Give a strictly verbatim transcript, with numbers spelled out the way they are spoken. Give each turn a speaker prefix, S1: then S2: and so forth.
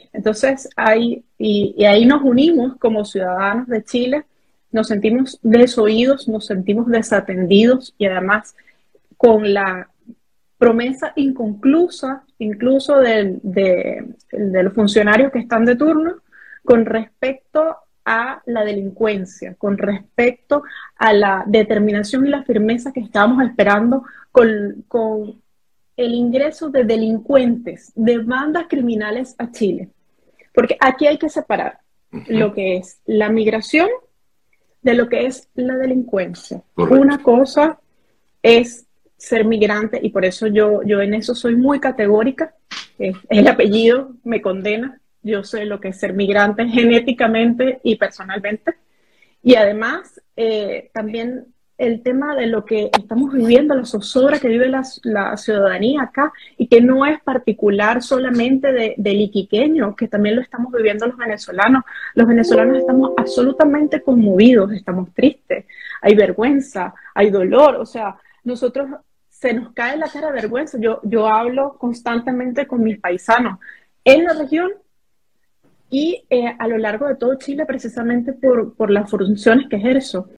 S1: Entonces, hay, y, y ahí nos unimos como ciudadanos de Chile, nos sentimos desoídos, nos sentimos desatendidos y además con la promesa inconclusa, incluso de, de, de los funcionarios que están de turno, con respecto a la delincuencia, con respecto a la determinación y la firmeza que estábamos esperando con, con el ingreso de delincuentes, de bandas criminales a Chile. Porque aquí hay que separar
S2: Ujú.
S1: lo que es la migración de lo que es la delincuencia.
S2: Correcto.
S1: Una cosa es ser migrante y por eso yo, yo en eso soy muy categórica. Eh, el apellido me condena. Yo sé lo que es ser migrante genéticamente y personalmente. Y además, eh, también el tema de lo que estamos viviendo, la zozobra que vive la, la ciudadanía acá y que no es particular solamente de, del iquiqueño, que también lo estamos viviendo los venezolanos. Los venezolanos estamos absolutamente conmovidos, estamos tristes, hay vergüenza, hay dolor, o sea, nosotros se nos cae la cara de vergüenza. Yo, yo hablo constantemente con mis paisanos en la región y eh, a lo largo de todo Chile precisamente por, por las funciones que ejerzo.